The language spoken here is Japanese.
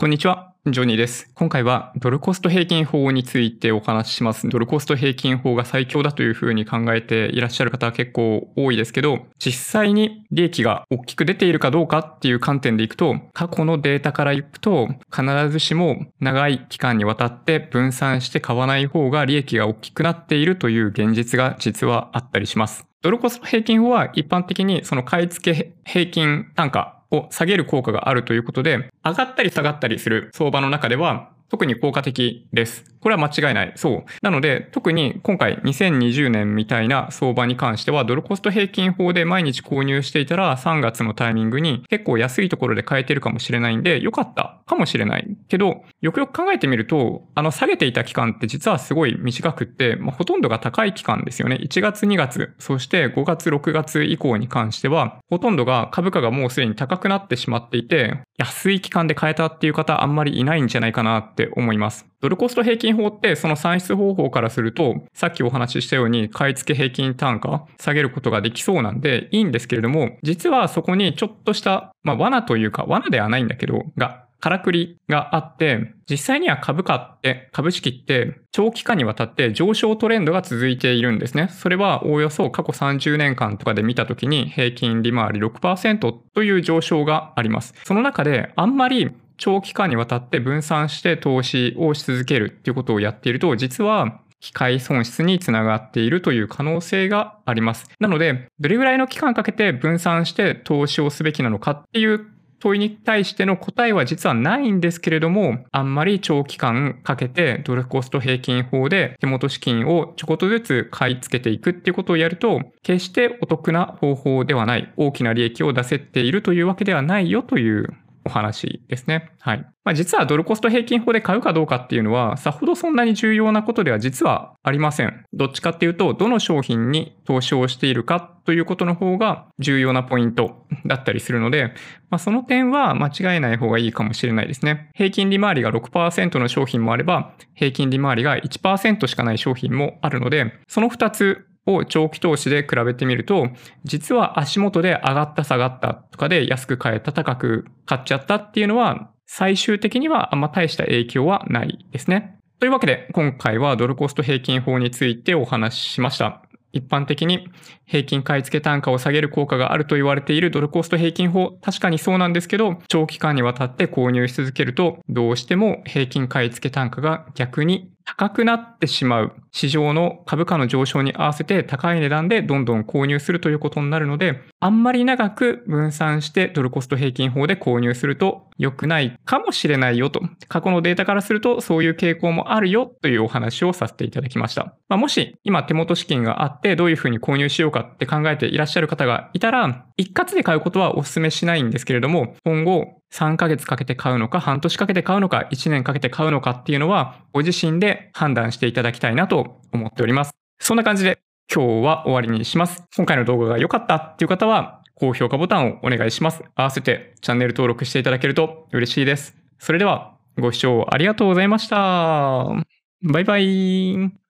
こんにちは、ジョニーです。今回はドルコスト平均法についてお話しします。ドルコスト平均法が最強だというふうに考えていらっしゃる方は結構多いですけど、実際に利益が大きく出ているかどうかっていう観点でいくと、過去のデータからいくと、必ずしも長い期間にわたって分散して買わない方が利益が大きくなっているという現実が実はあったりします。ドルコスト平均法は一般的にその買い付け平均単価を下げる効果があるということで、上がったり下がったりする相場の中では特に効果的です。これは間違いない。そう。なので、特に今回2020年みたいな相場に関しては、ドルコスト平均法で毎日購入していたら3月のタイミングに結構安いところで買えてるかもしれないんで、良かったかもしれない。けど、よくよく考えてみると、下げていた期間って実はすごい短くって、ほとんどが高い期間ですよね。1月、2月、そして5月、6月以降に関しては、ほとんどが株価がもうすでに高くなってしまっていて、安い期間で買えたっていう方あんまりいないんじゃないかなって思います。ドルコスト平均法ってその算出方法からすると、さっきお話ししたように買い付け平均単価下げることができそうなんでいいんですけれども、実はそこにちょっとした、罠というか、罠ではないんだけど、からくりがあって、実際には株式って長期間にわたって上昇トレンドが続いているんですね。それはおおよそ過去30年間とかで見たときに平均利回り 6% という上昇があります。その中であんまり長期間にわたって分散して投資をし続けるっていうことをやっていると、実は機会損失につながっているという可能性があります。なので、どれぐらいの期間かけて分散して投資をすべきなのかっていう問いに対しての答えは実はないんですけれども、あんまり長期間かけてドルコスト平均法で手元資金をちょこっとずつ買い付けていくっていうことをやると、決してお得な方法ではない、大きな利益を出せているというわけではないよというお話ですね。はい。実はドルコスト平均法で買うかどうかっていうのは、さほどそんなに重要なことでは実はありません。どっちかっていうと、どの商品に投資をしているかということの方が重要なポイントだったりするので、その点は間違えない方がいいかもしれないですね。平均利回りが 6% の商品もあれば、平均利回りが 1% しかない商品もあるので、その2つを長期投資で比べてみると、実は足元で上がった下がったとかで安く買えた高く買っちゃったっていうのは、最終的にはあんま大した影響はないですね。というわけで、今回はドルコスト平均法についてお話ししました。一般的に平均買い付け単価を下げる効果があると言われているドルコスト平均法、確かにそうなんですけど、長期間にわたって購入し続けると、どうしても平均買い付け単価が逆に高くなってしまう。市場の株価の上昇に合わせて高い値段でどんどん購入するということになるので、あんまり長く分散してドルコスト平均法で購入すると良くないかもしれないよと。過去のデータからするとそういう傾向もあるよというお話をさせていただきました。もし今手元資金があってどういうふうに購入しようかって考えていらっしゃる方がいたら、一括で買うことはお勧めしないんですけれども、今後3ヶ月かけて買うのか、半年かけて買うのか、1年かけて買うのかっていうのは、ご自身で判断していただきたいなと思っております。そんな感じで今日は終わりにします。今回の動画が良かったっていう方は、高評価ボタンをお願いします。合わせてチャンネル登録していただけると嬉しいです。それでは、ご視聴ありがとうございました。バイバイ。